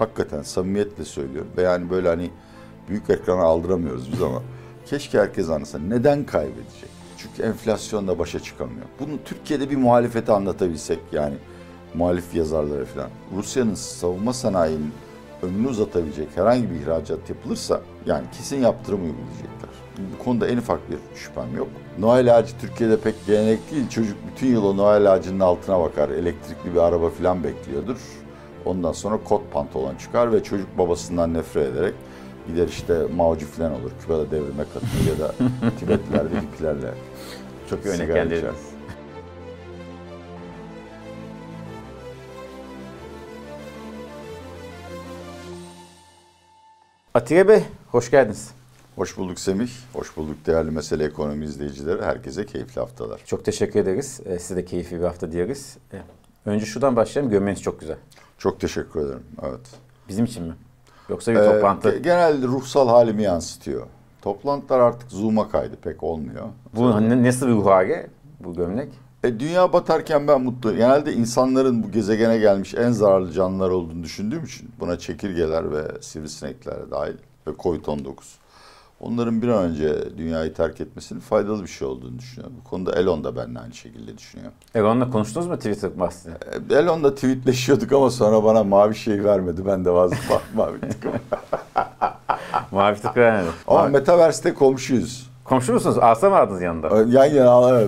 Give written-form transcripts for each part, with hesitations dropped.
Hakikaten samimiyetle söylüyorum. Ve yani böyle hani büyük ekrana aldıramıyoruz biz ama keşke herkes anlasa. Neden kaybedecek? Çünkü enflasyonla başa çıkamıyor. Bunu Türkiye'de bir muhalefete anlatabilsek, yani muhalif yazarlara falan. Rusya'nın savunma sanayinin önünü uzatabilecek herhangi bir ihracat yapılırsa yani kesin yaptırım uygulayacaklar. Bu konuda en ufak bir şüphem yok. Noel ağacı Türkiye'de pek gelenek değil. Çocuk bütün yıl o Noel ağacının altına bakar. Elektrikli bir araba falan bekliyordur. Ondan sonra kot pantolon çıkar ve çocuk babasından nefret ederek gider işte Mao'cu falan olur. Küba'da devrime katılır ya da Tibetlilerde hippilerle çok örnek geldi. Atilla Bey, hoş geldiniz. Hoş bulduk Semih, hoş bulduk değerli Mesele Ekonomi izleyicileri. Herkese keyifli haftalar. Çok teşekkür ederiz. Size de keyifli bir hafta dileriz. Önce şuradan başlayalım. Gömleğiniz çok güzel. Çok teşekkür ederim, evet. Bizim için mi? Yoksa bir toplantı? Genelde ruhsal halimi yansıtıyor. Toplantılar artık Zoom'a kaydı, pek olmuyor. Bu nasıl bir ruh hali, bu gömlek? Dünya batarken ben mutluyum. Genelde insanların bu gezegene gelmiş en zararlı canlılar olduğunu düşündüğüm için buna çekirgeler ve sivrisinekler dahil ve Covid-19. Onların bir an önce dünyayı terk etmesinin faydalı bir şey olduğunu düşünüyorum. Bu konuda Elon da benimle aynı şekilde düşünüyor. Elon'la konuştunuz mu Twitter bahsini? Elon'la tweetleşiyorduk ama sonra bana mavi şey vermedi. Ben de vazgeçtim mavi tıkım. Mavi tıkım yani. Ama Metaverse'te komşuyuz. Komşu musunuz? Asa mı aldınız yanında? Yan yana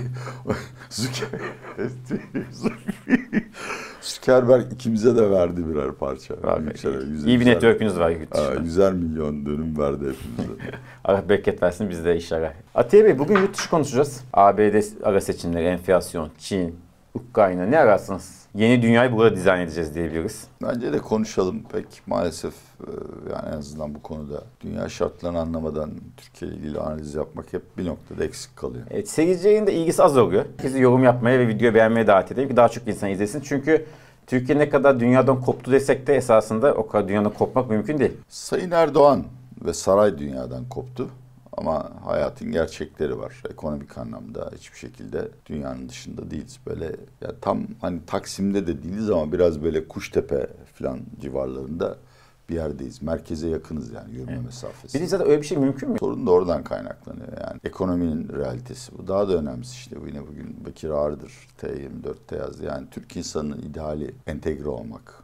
Zuckerberg ikimize de verdi birer parça. İyi bir network'ünüz var. 100'er milyon dönüm verdi hepimize. Allah bereket versin, bizde inşallah. Atilla Bey, bugün yurt dışı konuşacağız. ABD ara seçimleri, enflasyon, Çin, Ukrayna, ne ararsınız? Yeni dünyayı burada dizayn edeceğiz diyebiliriz. Bence de konuşalım. Pek maalesef yani en azından bu konuda dünya şartlarını anlamadan Türkiye ile ilgili analiz yapmak hep bir noktada eksik kalıyor. Evet, seyircilerin de ilgisi az oluyor. Herkesi yorum yapmaya ve videoyu beğenmeye davet edeyim ki daha çok insan izlesin. Çünkü Türkiye ne kadar dünyadan koptu desek de esasında o kadar dünyadan kopmak mümkün değil. Sayın Erdoğan ve saray dünyadan koptu. Ama hayatın gerçekleri var. Ekonomik anlamda hiçbir şekilde dünyanın dışında değiliz. Böyle ya tam hani Taksim'de de değiliz ama biraz böyle Kuştepe falan civarlarında bir yerdeyiz. Merkeze yakınız yani yürüme mesafesi. Bir de zaten öyle bir şey mümkün mü? Sorun da oradan kaynaklanıyor yani. Ekonominin realitesi bu. Daha da önemlisi işte bu yine bugün Bekir Ağrı'dır T24'te yazdı. Yani Türk insanının ideali entegre olmak.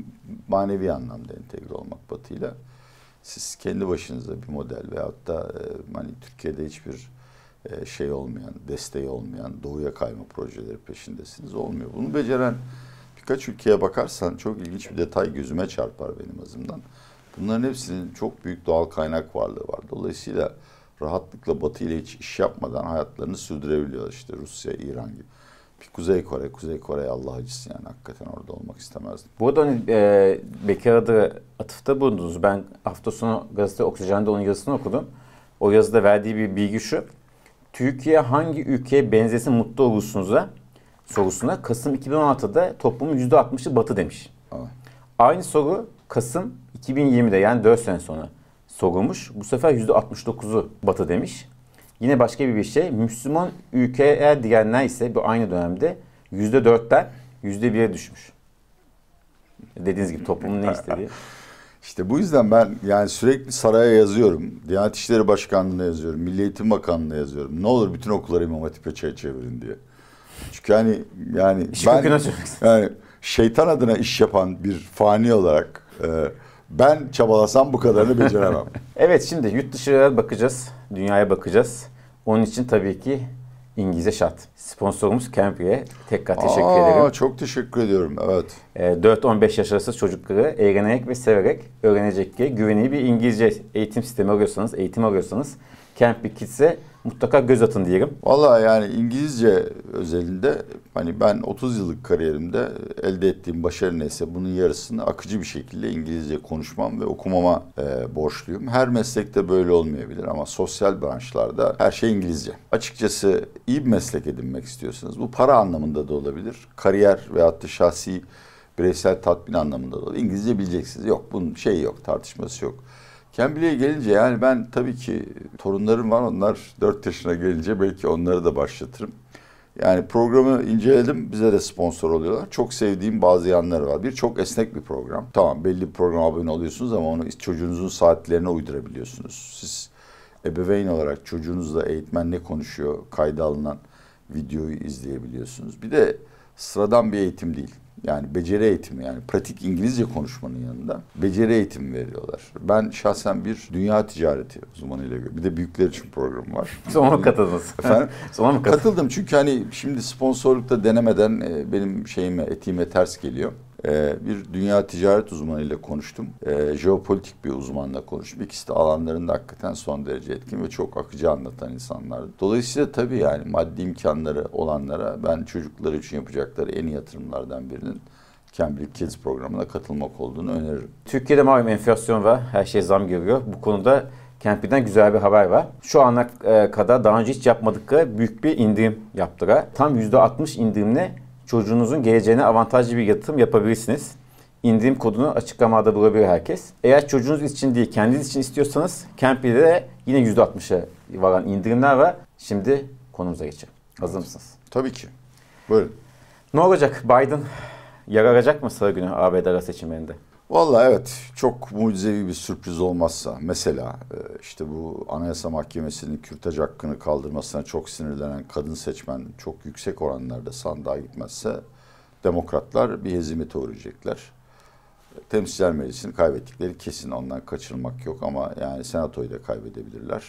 Manevi anlamda entegre olmak Batı'yla. Siz kendi başınıza bir model veyahut da hani Türkiye'de hiçbir şey olmayan, desteği olmayan doğuya kayma projeleri peşindesiniz. Olmuyor. Bunu beceren birkaç ülkeye bakarsan çok ilginç bir detay gözüme çarpar benim azımdan. Bunların hepsinin çok büyük doğal kaynak varlığı var. Dolayısıyla rahatlıkla Batı ile hiç iş yapmadan hayatlarını sürdürebiliyorlar. İşte Rusya, İran gibi. Bir Kuzey Kore Allah acısı yani hakikaten orada olmak istemezdim. Bu arada Bekir Ağrı'da atıfta bulundunuz. Ben hafta sonu gazete Oksijen'de onun yazısını okudum. O yazıda verdiği bir bilgi şu. Türkiye hangi ülkeye benzesin mutlu olursunuz'a sorusuna Kasım 2016'da toplumun %60'ı Batı demiş. Evet. Aynı soru Kasım 2020'de yani 4 sene sonra sorulmuş. Bu sefer %69'u Batı demiş. Yine başka bir şey, Müslüman ülkeler diyenler ise bu aynı dönemde %4'ten %1'e düşmüş. Dediğiniz gibi toplumun ne istediği. İşte bu yüzden ben yani sürekli saraya yazıyorum. Diyanet İşleri Başkanlığı'na yazıyorum. Milli Eğitim Bakanlığı'na yazıyorum. Ne olur bütün okulları İmam Hatip'e çevirin diye. Çünkü yani yani şeytan adına iş yapan bir fani olarak ben çabalasam bu kadarını beceremem. Evet, şimdi yurt dışına bakacağız. Dünyaya bakacağız. Onun için tabii ki İngilizce şart. Sponsorumuz Cambly'e tekrar teşekkür ederim. Çok teşekkür ediyorum. Evet. 4-15 yaş arası çocukları eğlenerek ve severek öğrenecekleri güvenli bir İngilizce eğitim sistemi arıyorsanız, eğitim arıyorsanız Cambly Kids'e mutlaka göz atın diyelim. Vallahi yani İngilizce özelinde hani ben 30 yıllık kariyerimde elde ettiğim başarı neyse bunun yarısını akıcı bir şekilde İngilizce konuşmam ve okumama borçluyum. Her meslekte böyle olmayabilir ama sosyal branşlarda her şey İngilizce. Açıkçası iyi bir meslek edinmek istiyorsanız bu para anlamında da olabilir. Kariyer veyahut da şahsi bireysel tatmin anlamında da olabilir. İngilizce bileceksiniz. Yok bunun şeyi yok, tartışması yok. Cambly'e gelince yani ben tabii ki torunlarım var. Onlar 4 yaşına gelince belki onları da başlatırım. Yani programı inceledim. Bize de sponsor oluyorlar. Çok sevdiğim bazı yanları var. Bir, çok esnek bir program. Tamam, belli bir programa abone oluyorsunuz ama onu çocuğunuzun saatlerine uydurabiliyorsunuz. Siz ebeveyn olarak çocuğunuzla eğitmen ne konuşuyor, kayda alınan videoyu izleyebiliyorsunuz. Bir de sıradan bir eğitim değil. Yani beceri eğitimi, yani pratik İngilizce konuşmanın yanında beceri eğitimi veriyorlar. Ben şahsen bir dünya ticareti uzmanıyla görüyorum. Bir de büyükler için programı var. Sonra mı katıldınız? Efendim? Sonra mı katıldınız? Katıldım çünkü hani şimdi sponsorlukta denemeden benim etiğime ters geliyor. Bir dünya ticaret uzmanıyla konuştum. Jeopolitik bir uzmanla konuştum. İkisi de alanlarında hakikaten son derece etkin ve çok akıcı anlatan insanlardı. Dolayısıyla tabii yani maddi imkanları olanlara ben çocukları için yapacakları en iyi yatırımlardan birinin Cambridge Kids programına katılmak olduğunu öneririm. Türkiye'de malum enflasyon var. Her şey zam görüyor. Bu konuda Cambridge'den güzel bir haber var. Şu ana kadar daha önce hiç yapmadıkları büyük bir indirim yaptılar. Tam %60 indirimle çocuğunuzun geleceğine avantajlı bir yatırım yapabilirsiniz. İndirim kodunu açıklamada bulabilir herkes. Eğer çocuğunuz için değil, kendiniz için istiyorsanız Cambridge'de de yine %60'a varan indirimler var. Şimdi konumuza geçelim. Hazır mısınız? Tabii ki. Buyurun. Ne olacak? Biden yer arayacak mı Salı günü ABD seçimlerinde? Vallahi evet, çok mucizevi bir sürpriz olmazsa, mesela işte bu Anayasa Mahkemesi'nin kürtaj hakkını kaldırmasına çok sinirlenen kadın seçmen çok yüksek oranlarda sandığa gitmezse demokratlar bir hezimete uğrayacaklar. Temsilciler Meclisi'ni kaybettikleri kesin, ondan kaçırmak yok ama yani senatoyu da kaybedebilirler.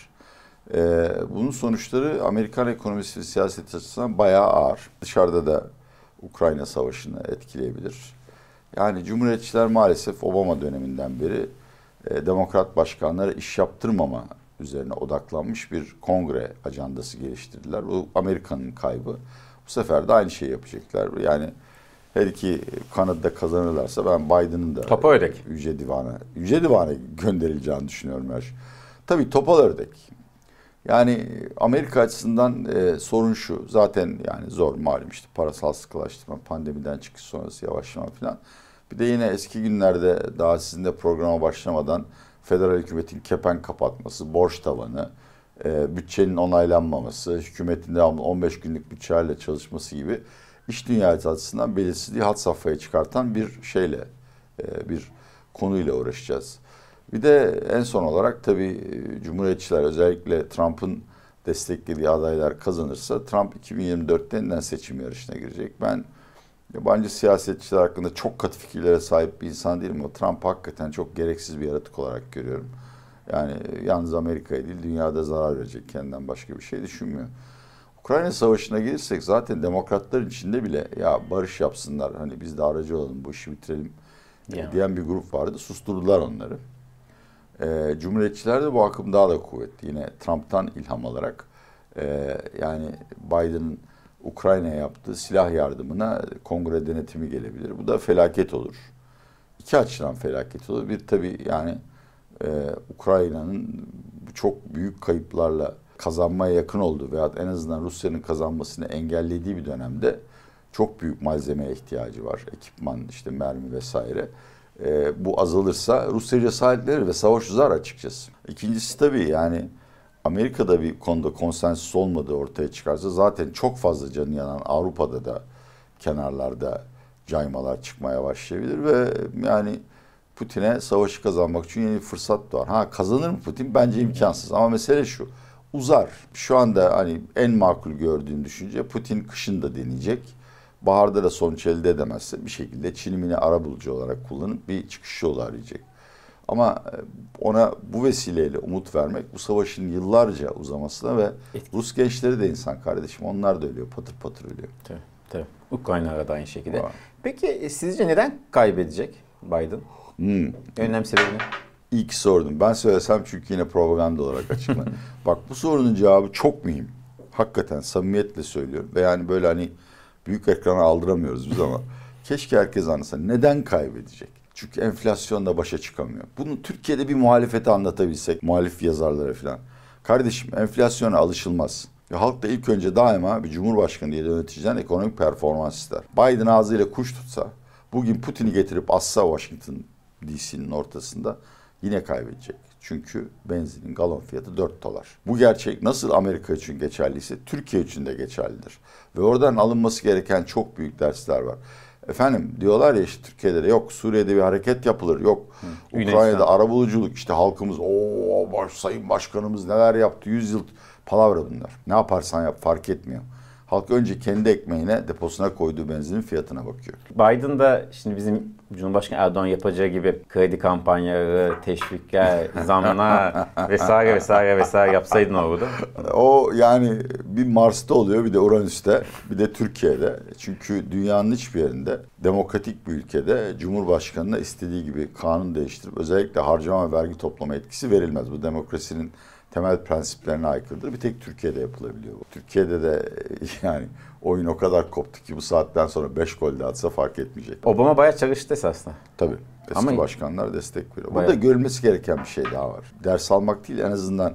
Bunun sonuçları Amerikan ekonomisi ve siyaseti açısından bayağı ağır. Dışarıda da Ukrayna Savaşı'nı etkileyebilir. Yani Cumhuriyetçiler maalesef Obama döneminden beri demokrat başkanlara iş yaptırmama üzerine odaklanmış bir kongre ajandası geliştirdiler. Bu Amerika'nın kaybı. Bu sefer de aynı şeyi yapacaklar. Yani her iki kanadı kazanırlarsa ben Biden'ın da Topa ördek. Yüce Divan'a gönderileceğini düşünüyorum her şey. Tabii topal ördek. Yani Amerika açısından sorun şu. Zaten yani zor, malum işte parasal sıkılaştırma, pandemiden çıkış sonrası yavaşlama falan. Bir de yine eski günlerde daha sizin de programa başlamadan federal hükümetin kepenk kapatması, borç tavanı, bütçenin onaylanmaması, hükümetin devamlı 15 günlük bütçelerle çalışması gibi iş dünyası açısından belirsizliği had safhaya çıkartan bir bir konuyla uğraşacağız. Bir de en son olarak tabii Cumhuriyetçiler, özellikle Trump'ın desteklediği adaylar kazanırsa Trump 2024'te yeniden seçim yarışına girecek. Ben yabancı siyasetçiler hakkında çok katı fikirlere sahip bir insan değilim ama Trump'ı hakikaten çok gereksiz bir yaratık olarak görüyorum. Yani yalnız Amerika'ya değil, dünyada zarar verecek, kendinden başka bir şey düşünmüyor. Ukrayna Savaşı'na gelirsek zaten demokratların içinde bile ya barış yapsınlar, hani biz de aracı olalım, bu işi bitirelim diyen bir grup vardı. Susturdular onları. Cumhuriyetçiler de bu akım daha da kuvvetli. Yine Trump'tan ilham alarak yani Biden'ın Ukrayna'ya yaptığı silah yardımına kongre denetimi gelebilir. Bu da felaket olur. İki açıdan felaket olur. Bir, tabii yani Ukrayna'nın çok büyük kayıplarla kazanmaya yakın olduğu veya en azından Rusya'nın kazanmasını engellediği bir dönemde çok büyük malzemeye ihtiyacı var. Ekipman, işte mermi vesaire. Bu azalırsa Rusya cesaretlenir ve savaş uzar açıkçası. İkincisi tabii yani Amerika'da bir konuda konsensüs olmadığı ortaya çıkarsa zaten çok fazla canı yanan Avrupa'da da kenarlarda caymalar çıkmaya başlayabilir ve yani Putin'e savaşı kazanmak için yeni bir fırsat doğar. Ha, kazanır mı Putin? Bence imkansız ama mesele şu: uzar. Şu anda hani en makul gördüğüm düşünce Putin kışın da deneyecek. Baharda da sonuç elde edemezse bir şekilde Çin'i arabulucu olarak kullanıp bir çıkış yolu arayacak. Ama ona bu vesileyle umut vermek, bu savaşın yıllarca uzamasına ve Rus gençleri de insan kardeşim, onlar da ölüyor, patır patır ölüyor. Tabii. Ukrayna'da da aynı şekilde. Peki sizce neden kaybedecek Biden? Önemli sebebi ne? İyi ki sordum. Ben söylesem çünkü yine propaganda olarak açıklar. Bak, bu sorunun cevabı çok mühim. Hakikaten samimiyetle söylüyorum. Ve yani böyle hani büyük ekrana aldıramıyoruz biz ama keşke herkes anlasa. Neden kaybedecek? Çünkü enflasyonla başa çıkamıyor. Bunu Türkiye'de bir muhalefete anlatabilsek, muhalif yazarlara falan. Kardeşim, enflasyona alışılmaz. Halk da ilk önce daima bir cumhurbaşkanı diye yöneticiden ekonomik performans ister. Biden ağzıyla kuş tutsa, bugün Putin'i getirip assa Washington DC'nin ortasında, Yine kaybedecek. Çünkü benzinin galon fiyatı $4. Bu gerçek nasıl Amerika için geçerliyse Türkiye için de geçerlidir. Ve oradan alınması gereken çok büyük dersler var. Efendim diyorlar ya işte Türkiye'de de yok Suriye'de bir hareket yapılır, yok Ukrayna'da arabuluculuk, işte halkımız sayın başkanımız neler yaptı, 100 yıl palavra bunlar. Ne yaparsan yap fark etmiyor. Halk önce kendi ekmeğine, deposuna koyduğu benzinin fiyatına bakıyor. Biden da şimdi bizim Cumhurbaşkanı Erdoğan yapacağı gibi kredi kampanyaları, teşvikler, zamlar vesaire vesaire vesaire yapsaydı ne olurdu? O yani bir Mars'ta oluyor, bir de Uranüs'te, bir de Türkiye'de. Çünkü dünyanın hiçbir yerinde demokratik bir ülkede Cumhurbaşkanı'na istediği gibi kanun değiştirip özellikle harcama ve vergi toplama etkisi verilmez. Bu demokrasinin temel prensiplerine aykırıdır. Bir tek Türkiye'de yapılabiliyor bu. Türkiye'de de yani oyun o kadar koptu ki bu saatten sonra 5 gol de atsa fark etmeyecek. Obama bayağı çalıştı esasında. Tabii. Eski ama başkanlar destek veriyor. Burada görülmesi gereken bir şey daha var. Ders almak değil, en azından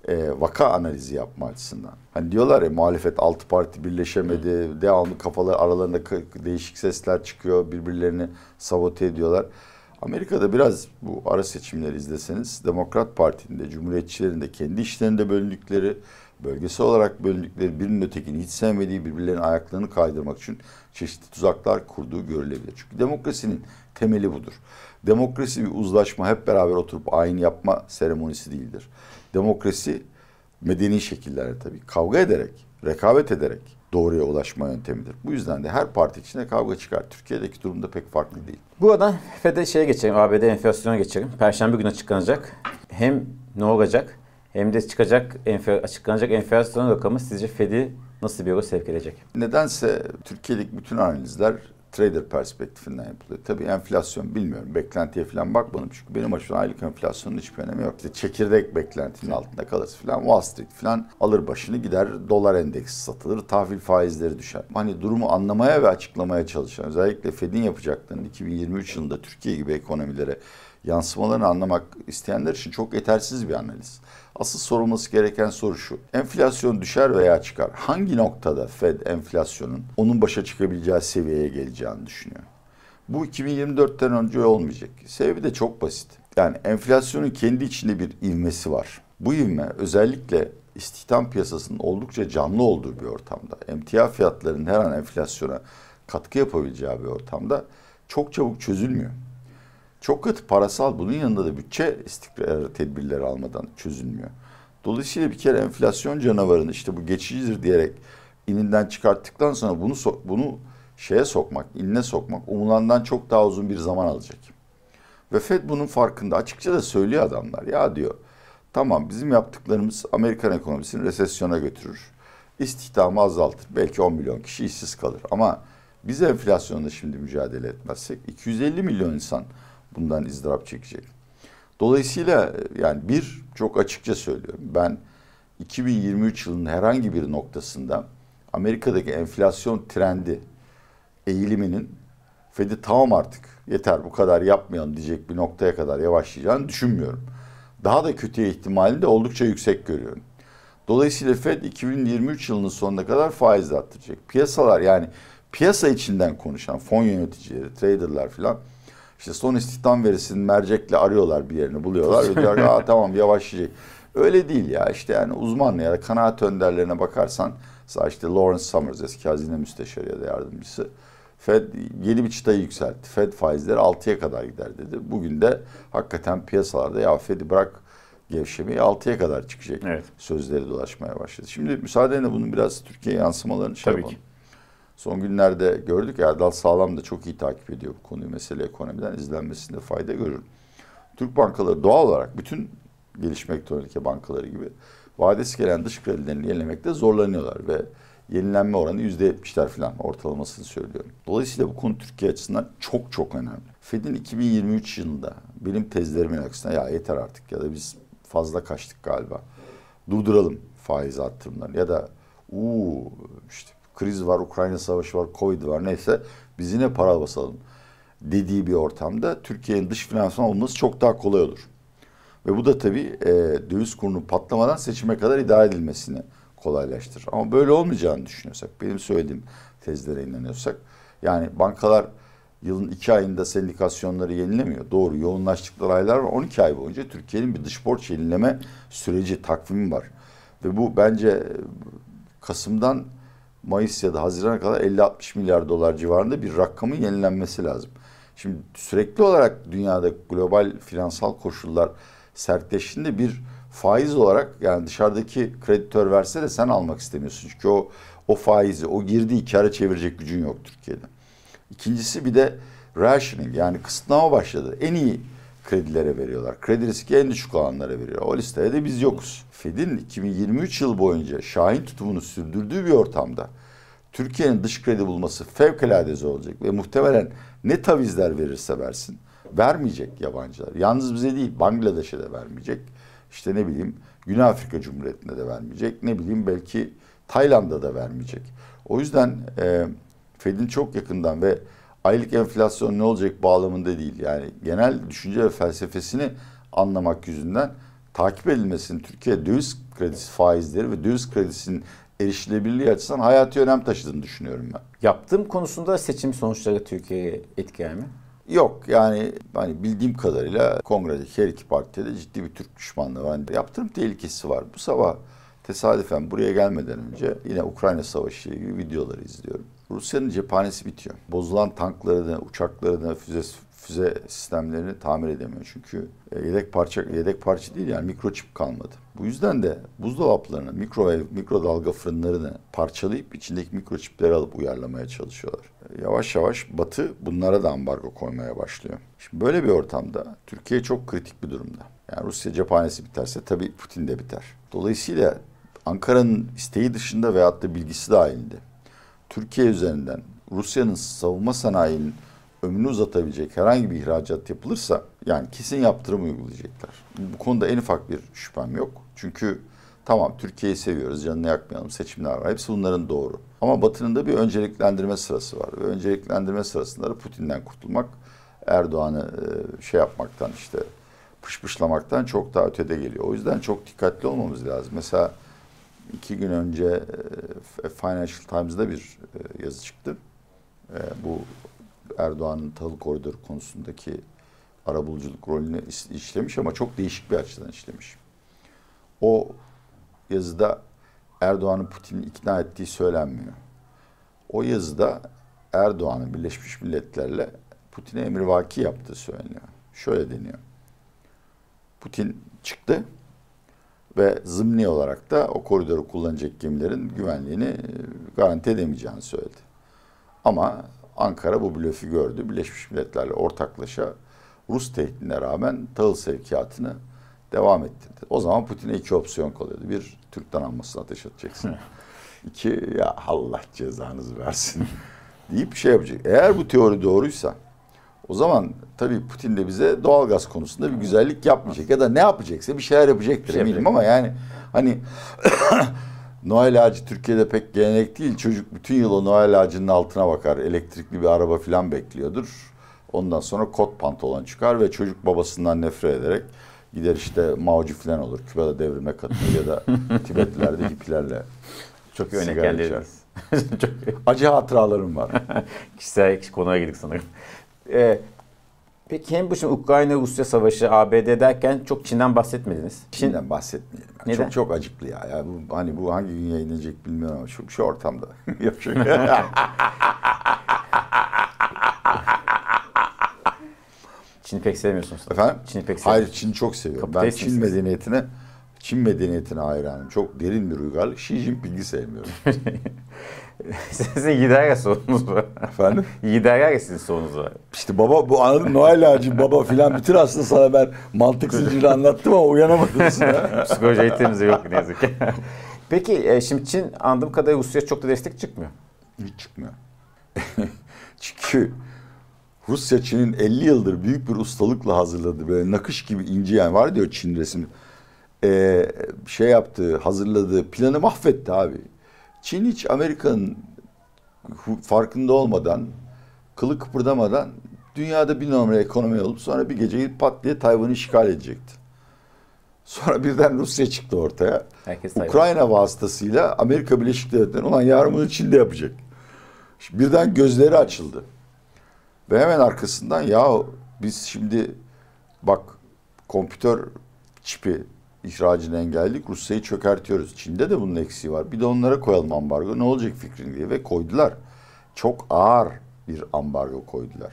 vaka analizi yapma açısından. Hani diyorlar ya muhalefet 6 parti birleşemedi, devamlı kafalar aralarında değişik sesler çıkıyor, birbirlerini sabote ediyorlar. Amerika'da biraz bu ara seçimleri izleseniz Demokrat Parti'nin de Cumhuriyetçilerin de kendi işlerinde bölündükleri, bölgesel olarak bölündükleri, birinin ötekini hiç sevmediği, birbirlerinin ayaklarını kaydırmak için çeşitli tuzaklar kurduğu görülebilir. Çünkü demokrasinin temeli budur. Demokrasi bir uzlaşma, hep beraber oturup ayin yapma seremonisi değildir. Demokrasi medeni şekillerde tabii kavga ederek, rekabet ederek doğruya ulaşma yöntemidir. Bu yüzden de her parti içinde kavga çıkar. Türkiye'deki durumda pek farklı değil. Buradan FED'e geçelim, ABD enflasyona geçelim. Perşembe günü açıklanacak. Hem ne olacak hem de açıklanacak enflasyon rakamı sizce FED'i nasıl bir yola sevk edecek? Nedense Türkiye'deki bütün analizler trader perspektifinden yapılıyor. Tabii enflasyon bilmiyorum. Beklentiye falan bakmadım. Çünkü benim açımdan aylık enflasyonun hiçbir önemi yok. İşte çekirdek beklentinin altında kalırsa falan Wall Street falan alır başını gider. Dolar endeksi satılır. Tahvil faizleri düşer. Hani durumu anlamaya ve açıklamaya çalışan, özellikle Fed'in yapacaklarının 2023 yılında Türkiye gibi ekonomilere yansımalarını anlamak isteyenler için çok yetersiz bir analiz. Asıl sorulması gereken soru şu: enflasyon düşer veya çıkar. Hangi noktada Fed enflasyonun onun başa çıkabileceği seviyeye geleceğini düşünüyor? Bu 2024'ten önce olmayacak. Sebebi de çok basit. Yani enflasyonun kendi içinde bir ivmesi var. Bu ivme özellikle istihdam piyasasının oldukça canlı olduğu bir ortamda, emtia fiyatlarının her an enflasyona katkı yapabileceği bir ortamda çok çabuk çözülmüyor. Çok katı parasal, bunun yanında da bütçe istikrarı tedbirleri almadan çözülmüyor. Dolayısıyla bir kere enflasyon canavarını işte bu geçicidir diyerek ininden çıkarttıktan sonra bunu inine sokmak umulandan çok daha uzun bir zaman alacak. Ve Fed bunun farkında. Açıkça da söylüyor adamlar. Ya diyor, tamam bizim yaptıklarımız Amerikan ekonomisini resesyona götürür. İstihdamı azaltır. Belki 10 milyon kişi işsiz kalır. Ama biz enflasyonda şimdi mücadele etmezsek 250 milyon insan bundan ızdırap çekecek. Dolayısıyla yani çok açıkça söylüyorum. Ben 2023 yılının herhangi bir noktasında Amerika'daki enflasyon trendi eğiliminin Fed'i tamam artık yeter bu kadar yapmayalım diyecek bir noktaya kadar yavaşlayacağını düşünmüyorum. Daha da kötüye ihtimalini de oldukça yüksek görüyorum. Dolayısıyla Fed 2023 yılının sonuna kadar faiz arttıracak. Piyasalar, yani piyasa içinden konuşan fon yöneticileri, traderlar filan işte son istihdam verisini mercekle arıyorlar, bir yerini buluyorlar ve diyorlar tamam yavaşlayacak. Öyle değil ya, işte yani uzman ya da kanaat önderlerine bakarsan işte Lawrence Summers, eski hazine müsteşarı ya da yardımcısı, Fed yeni bir çıtayı yükseltti. Fed faizleri 6'ya kadar gider dedi. Bugün de hakikaten piyasalarda ya Fed'i bırak gevşemeyi 6'ya kadar çıkacak sözleri dolaşmaya başladı. Şimdi müsaadenle bunun biraz Türkiye yansımalarını yapalım. Son günlerde gördük, Erdal Sağlam da çok iyi takip ediyor bu konuyu, mesele ekonomiden, izlenmesinde fayda görür. Türk bankaları doğal olarak bütün gelişmekte olan ülke bankaları gibi vadesi gelen dış kredilerini yenilemekte zorlanıyorlar ve yenilenme oranı %70'ler falan ortalamasını söylüyorum. Dolayısıyla bu konu Türkiye açısından çok çok önemli. Fed'in 2023 yılında benim tezlerimin aksine ya yeter artık ya da biz fazla kaçtık galiba, durduralım faiz arttırımlarını ya da işte kriz var, Ukrayna savaşı var, Covid var, neyse biz yine para basalım dediği bir ortamda Türkiye'nin dış finansman olması çok daha kolay olur. Ve bu da tabii döviz kurunun patlamadan seçime kadar idare edilmesini kolaylaştırır. Ama böyle olmayacağını düşünüyorsak, benim söylediğim tezlere inanıyorsak, yani bankalar Yılın 2 ayında sendikasyonları yenilemiyor. Doğru, yoğunlaştıkları aylar var. 12 ay boyunca Türkiye'nin bir dış borç yenileme süreci, takvimi var. Ve bu bence Kasım'dan Mayıs ya da Haziran'a kadar 50-60 milyar dolar civarında bir rakamın yenilenmesi lazım. Şimdi sürekli olarak dünyada global finansal koşullar sertleştiğinde bir faiz olarak, yani dışarıdaki kreditör verse de sen almak istemiyorsun. Çünkü o faizi, o girdiği kâra çevirecek gücün yok Türkiye'de. İkincisi bir de rationing, yani kısıtlama başladı. En iyi kredilere veriyorlar. Kredi riski en düşük olanlara veriyor. O listede de biz yokuz. Fed'in 2023 yıl boyunca şahin tutumunu sürdürdüğü bir ortamda Türkiye'nin dış kredi bulması fevkalade zor olacak ve muhtemelen ne tavizler verirse versin vermeyecek yabancılar. Yalnız bize değil, Bangladeş'e de vermeyecek. İşte ne bileyim Güney Afrika Cumhuriyeti'ne de vermeyecek. Ne bileyim belki Tayland'a da vermeyecek. O yüzden Fed'in çok yakından ve aylık enflasyon ne olacak bağlamında değil. Yani genel düşünce ve felsefesini anlamak yüzünden takip edilmesinin Türkiye döviz kredisi faizleri ve döviz kredisinin erişilebilirliği açısından hayati önem taşıdığını düşünüyorum ben. Yaptığım konusunda seçim sonuçları Türkiye'ye etkiler mi? Yok, yani hani bildiğim kadarıyla kongredeki her iki partide de ciddi bir Türk düşmanlığı var. Yani yaptırım tehlikesi var. Bu sabah tesadüfen buraya gelmeden önce yine Ukrayna Savaşı ile ilgili videoları izliyorum. Rusya'nın cephanesi bitiyor. Bozulan tanklarını, uçaklarını, füze sistemlerini tamir edemiyor. Çünkü yedek parça değil, yani mikroçip kalmadı. Bu yüzden de buzdolaplarını, mikrodalga fırınlarını parçalayıp içindeki mikroçipleri alıp uyarlamaya çalışıyorlar. Yavaş yavaş Batı bunlara da ambargo koymaya başlıyor. Şimdi böyle bir ortamda Türkiye çok kritik bir durumda. Yani Rusya cephanesi biterse tabii Putin de biter. Dolayısıyla Ankara'nın isteği dışında veyahut da bilgisi dahilinde Türkiye üzerinden Rusya'nın savunma sanayinin ömrünü uzatabilecek herhangi bir ihracat yapılırsa yani kesin yaptırım uygulayacaklar. Bu konuda en ufak bir şüphem yok. Çünkü tamam, Türkiye'yi seviyoruz, canını yakmayalım, seçimler var. Hepsi bunların doğru. Ama Batı'nın da bir önceliklendirme sırası var. Ve önceliklendirme sırasında da Putin'den kurtulmak, Erdoğan'ı şey yapmaktan, işte pışpışlamaktan çok daha ötede geliyor. O yüzden çok dikkatli olmamız lazım. Mesela 2 gün önce Financial Times'da bir yazı çıktı. Bu Erdoğan'ın tahıl koridoru konusundaki arabuluculuk rolünü işlemiş ama çok değişik bir açıdan işlemiş. O yazıda Erdoğan'ın Putin'i ikna ettiği söylenmiyor. O yazıda Erdoğan'ın Birleşmiş Milletler'le Putin'e emrivaki yaptığı söyleniyor. Şöyle deniyor. Putin çıktı ve zımni olarak da o koridoru kullanacak gemilerin güvenliğini garanti edemeyeceğini söyledi. Ama Ankara bu blöfü gördü. Birleşmiş Milletler'le ortaklaşa Rus tehdidine rağmen tahıl sevkiyatını devam ettirdi. O zaman Putin'e 2 opsiyon kalıyordu. 1, Türk'ten almasına ateş atacaksın. 2, ya Allah cezanızı versin deyip şey yapacak. Eğer bu teori doğruysa o zaman tabii Putin de bize doğalgaz konusunda bir güzellik yapmayacak. Ya da ne yapacaksa bir şeyler yapacaktır eminim ama yani hani Noel ağacı Türkiye'de pek gelenek değil. Çocuk bütün yıl o Noel ağacının altına bakar. Elektrikli bir araba falan bekliyordur. Ondan sonra kot pantolon çıkar ve çocuk babasından nefret ederek gider işte Mao'cu falan olur. Küba'da devrime katılır ya da Tibetlilerde hippilerle çok iyi örnekleriniz. Acı hatıralarım var. Kişisel konuya girdik sanırım. Peki hem bu şimdi Ukrayna-Rusya savaşı, ABD derken çok Çin'den bahsetmediniz. Çin'den bahsetmeyelim. Yani neden? Çok acıklı ya. Ya bu hangi gün yayınlanacak bilmiyorum ama şu ortamda yapacak. Çin'i pek sevmiyorsunuz. Efendim? Çin'i pek sevmiyorum. Hayır, Çin'i çok seviyorum. Ben Çin medeniyetine hayranım. Çok derin bir uygarlık. Xi Jinping'i sevmiyorum. Sizin Yiğiderya sorunuz var. Efendim? Yiğiderya sizin sorunuz var. İşte baba, bu anladın, Noel ağacı baba filan bütün aslında sana ben mantık zinciri anlattım ama uyanamadınız. Psikoloji eğitimimiz yok ne yazık ki. Peki şimdi Çin anladığım kadarıyla Rusya çok da destek çıkmıyor. Hiç çıkmıyor. Çünkü Rusya Çin'in 50 yıldır büyük bir ustalıkla hazırladığı böyle nakış gibi ince, yani var diyor Çin resmi. Şey yaptığı, hazırladığı planı mahvetti abi. Çin hiç Amerika'nın farkında olmadan, kılı kıpırdamadan dünyada bir numara ekonomi olup sonra bir gece pat diye Tayvan'ı işgal edecekti. Sonra birden Rusya çıktı ortaya. Ukrayna vasıtasıyla Amerika Birleşik Devletleri olan yarın bunu Çin'de yapacak. Şimdi birden gözleri açıldı. Ve hemen arkasından ya biz şimdi bak kompütör çipi ihracını engelledik, Rusya'yı çökertiyoruz. Çin'de de bunun eksiği var. Bir de onlara koyalım ambargo. Ne olacak fikrin diye ve koydular. Çok ağır bir ambargo koydular.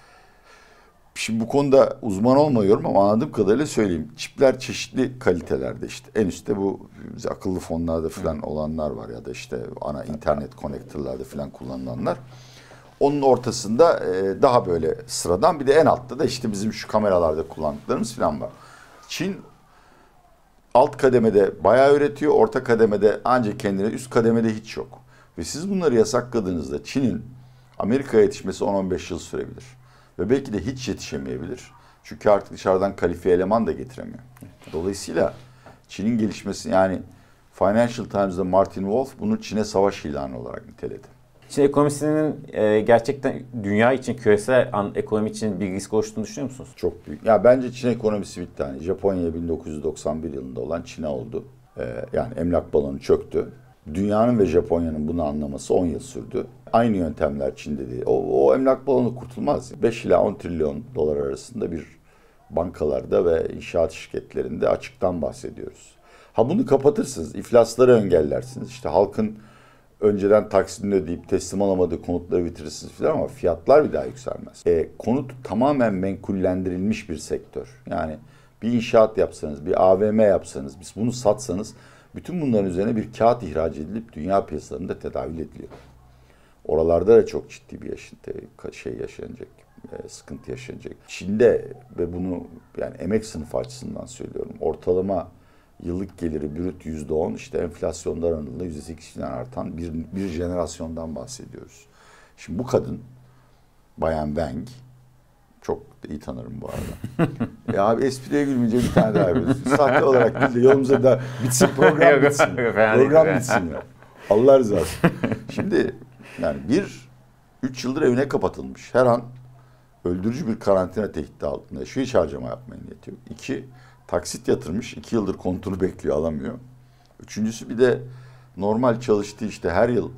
Şimdi bu konuda uzman olmuyorum ama anladığım kadarıyla söyleyeyim. Çipler çeşitli kalitelerde işte. En üstte bu akıllı fonlarda falan olanlar var ya da işte ana internet konektörlerde falan kullanılanlar. Onun ortasında daha böyle sıradan, bir de en altta da işte bizim şu kameralarda kullandıklarımız falan var. Çin alt kademede bayağı üretiyor, orta kademede ancak kendine, üst kademede hiç yok. Ve siz bunları yasakladığınızda Çin'in Amerika'ya yetişmesi 10-15 yıl sürebilir. Ve belki de hiç yetişemeyebilir. Çünkü artık dışarıdan kalifiye eleman da getiremiyor. Dolayısıyla Çin'in gelişmesi, yani Financial Times'da Martin Wolf bunu Çin'e savaş ilanı olarak niteledi. Çin ekonomisinin gerçekten dünya için, küresel ekonomi için bir risk oluştuğunu düşünüyor musunuz? Çok büyük. Ya bence Çin ekonomisi bitti. Yani Japonya 1991 yılında olan Çin'e oldu. Yani emlak balonu çöktü. Dünyanın ve Japonya'nın bunu anlaması 10 yıl sürdü. Aynı yöntemler Çin'de değil. O emlak balonu kurtulmaz. 5 ila 10 trilyon dolar arasında bir bankalarda ve inşaat şirketlerinde açıktan bahsediyoruz. Ha bunu kapatırsınız, iflasları engellersiniz. İşte halkın önceden taksidini ödeyip teslim alamadığı konutları bitirirsiniz falan ama fiyatlar bir daha yükselmez. Konut tamamen menkullendirilmiş bir sektör. Yani bir inşaat yapsanız, bir AVM yapsanız, biz bunu satsanız bütün bunların üzerine bir kağıt ihraç edilip dünya piyasalarında tedavül ediliyor. Oralarda da çok ciddi bir yaşanacak, sıkıntı yaşanacak. Çin'de ve bunu yani emek sınıfı açısından söylüyorum. Ortalama yıllık geliri brüt %10, işte enflasyonda oranında %8 falan artan bir jenerasyondan bahsediyoruz. Şimdi bu kadın Bayan Wang, çok iyi tanırım bu arada. Ya abi espriye gülmeyecek bir tane daha yapıyoruz. Sahte olarak gül de yolumuza da bitsin, program bitsin. Program bitsin ya. Allah rızası. Şimdi yani 3 yıldır evine kapatılmış. Her an öldürücü bir karantina tehdidi altında. Şu hiç harcama yapmaya niyeti yok. 2, taksit yatırmış. 2 yıldır konturu bekliyor, alamıyor. Üçüncüsü bir de normal çalıştığı işte her yıl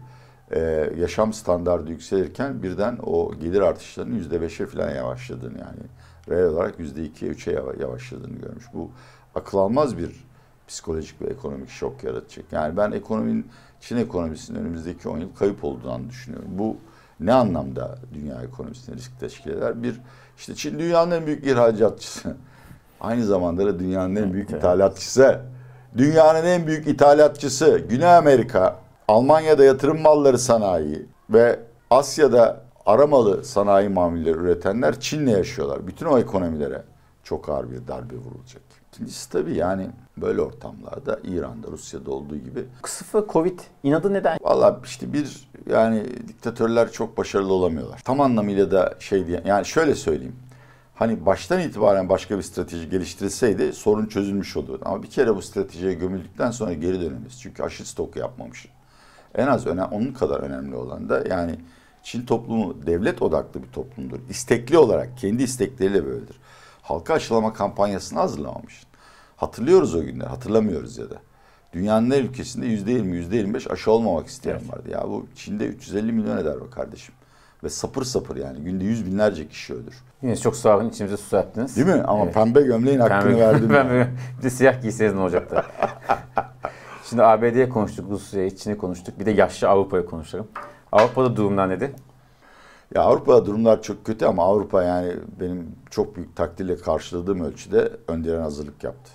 yaşam standardı yükselirken birden o gelir artışlarının %5'e falan yavaşladığını, yani reel olarak %2'ye 3'e yavaşladığını görmüş. Bu akıl almaz bir psikolojik ve ekonomik şok yaratacak. Yani ben Çin ekonomisinin önümüzdeki 10 yıl kayıp olduğunu düşünüyorum. Bu ne anlamda dünya ekonomisine risk teşkil eder? Bir, işte Çin dünyanın en büyük ihracatçısı. Aynı zamanda da dünyanın en büyük ithalatçısı. Dünyanın en büyük ithalatçısı Güney Amerika, Almanya'da yatırım malları sanayi ve Asya'da aramalı sanayi mamulleri üretenler Çin'le yaşıyorlar. Bütün o ekonomilere çok ağır bir darbe vurulacak. İkincisi tabii yani böyle ortamlarda İran'da, Rusya'da olduğu gibi. Kısıtlı Covid inadı neden? Vallahi işte yani diktatörler çok başarılı olamıyorlar. Tam anlamıyla da yani şöyle söyleyeyim. Hani baştan itibaren başka bir strateji geliştirilseydi sorun çözülmüş olurdu. Ama bir kere bu stratejiye gömüldükten sonra geri dönemeyiz. Çünkü aşı stoku yapmamışız. En az onun kadar önemli olan da yani Çin toplumu devlet odaklı bir toplumdur. İstekli olarak, kendi istekleriyle böyledir. Halka aşılama kampanyasını hazırlamamış. Hatırlıyoruz o günler, hatırlamıyoruz ya da. Dünyanın her ülkesinde %20, %25 aşı olmamak isteyen vardı. Ya bu Çin'de 350 milyon eder be kardeşim. Ve sapır sapır yani günde 100 binlerce kişi ölür. Yine çok sağ olun, içimize su serptiniz. Değil mi? Ama evet. Pembe gömleğin hakkını verdim. Bir de siyah giyseydin ne olacaktı? Şimdi ABD'ye konuştuk, Rusya'yı, Çin'i konuştuk. Bir de yaşlı Avrupa'yı konuşalım. Avrupa'da durumlar nedir? Ya Avrupa'da durumlar çok kötü ama Avrupa yani benim çok büyük takdirle karşıladığım ölçüde önceden hazırlık yaptı.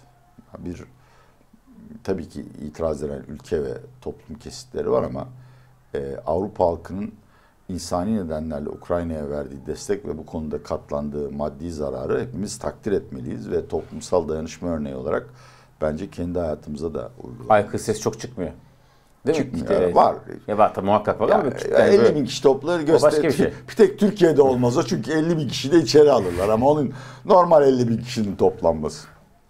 Tabii ki itiraz eden ülke ve toplum kesitleri var ama Avrupa halkının insani nedenlerle Ukrayna'ya verdiği destek ve bu konuda katlandığı maddi zararı hepimiz takdir etmeliyiz ve toplumsal dayanışma örneği olarak bence kendi hayatımıza da uygulamalıyız. Aykırı ses çok çıkmıyor. Değil çıkmıyor. Mi? Var. Ya var tabii muhakkak var ama 50 bin kişi topları gösterir. Bir şey. Bir tek Türkiye'de olmaz o çünkü 50 bin kişi de içeri alırlar ama onun normal 50 bin kişinin toplanması.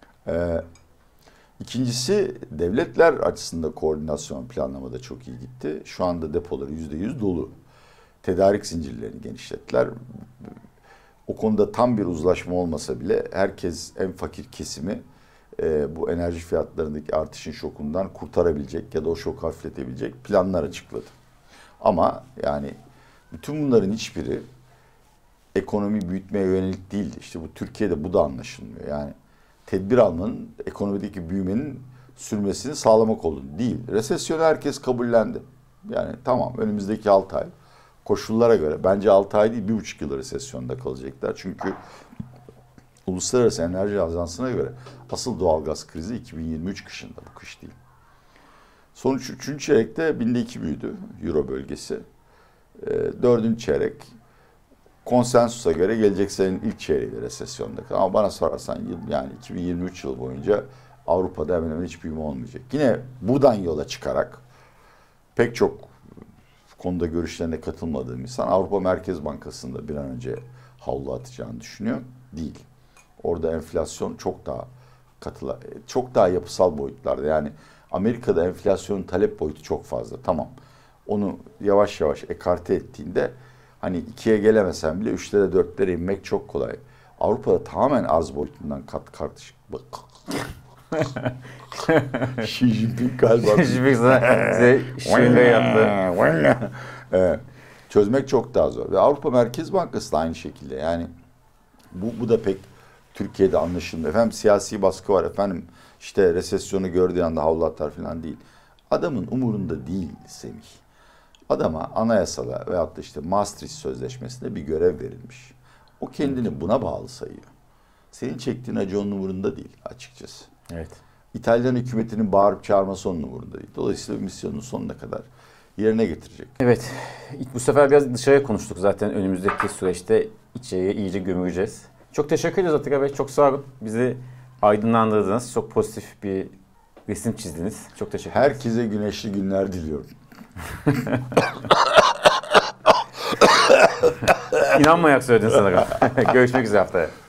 İkincisi devletler açısında koordinasyon planlamada çok iyi gitti. Şu anda depoları %100 dolu. Tedarik zincirlerini genişlettiler. O konuda tam bir uzlaşma olmasa bile herkes en fakir kesimi bu enerji fiyatlarındaki artışın şokundan kurtarabilecek ya da o şoku hafifletebilecek planlar açıkladı. Ama yani bütün bunların hiçbiri ekonomi büyütmeye yönelik değildi. İşte bu Türkiye'de bu da anlaşılmıyor. Yani tedbir almanın ekonomideki büyümenin sürmesini sağlamak olduğunu değil. Resesyonu herkes kabullendi. Yani tamam, önümüzdeki 6 ay koşullara göre bence 6 ay değil 1,5 yıl resesyonda kalacaklar. Çünkü Uluslararası Enerji Ajansı'na göre asıl doğalgaz krizi 2023 kışında, bu kış değil. Sonuç 3. çeyrekte binde 2 büyüdü Euro bölgesi. 4. çeyrek konsensusa göre gelecek senenin ilk çeyreğiyle resesyonda. Ama bana sorarsan yani 2023 yılı boyunca Avrupa'da hemen hemen hiç büyüme olmayacak. Yine buradan yola çıkarak pek çok konuda görüşlerine katılmadığım insan Avrupa Merkez Bankası'nda bir an önce havlu atacağını düşünüyor. Değil. Orada enflasyon çok daha yapısal boyutlarda. Yani Amerika'da enflasyonun talep boyutu çok fazla. Tamam. Onu yavaş yavaş ekarte ettiğinde hani 2'ye gelemesen bile 3'lere 4'lere inmek çok kolay. Avrupa'da tamamen arz boyutundan karışık. Xi Jinping galiba. Xi Jinping size şöyle yaptı. Evet. Çözmek çok daha zor. Ve Avrupa Merkez Bankası da aynı şekilde. Yani bu da pek Türkiye'de anlaşılmıyor. Efendim siyasi baskı var, efendim işte resesyonu gördüğü anda havlu atar falan değil. Adamın umurunda değil Semih. Adama anayasada veyahut da işte Maastricht Sözleşmesi'nde bir görev verilmiş. O kendini buna bağlı sayıyor. Senin çektiğin acı onun umurunda değil açıkçası. Evet. İtalyan hükümetinin bağırıp çağırması onun umurunda değil. Dolayısıyla misyonun sonuna kadar yerine getirecek. Evet. Bu sefer biraz dışarıya konuştuk zaten. Önümüzdeki süreçte içeriye iyice gömüleceğiz. Çok teşekkür ederiz Atilla Bey. Çok sağ olun. Bizi aydınlandırdınız. Çok pozitif bir resim çizdiniz. Çok teşekkür ederiz. Herkese güneşli günler diliyorum. İnanmayak söyledin sanırım. Görüşmek üzere haftaya.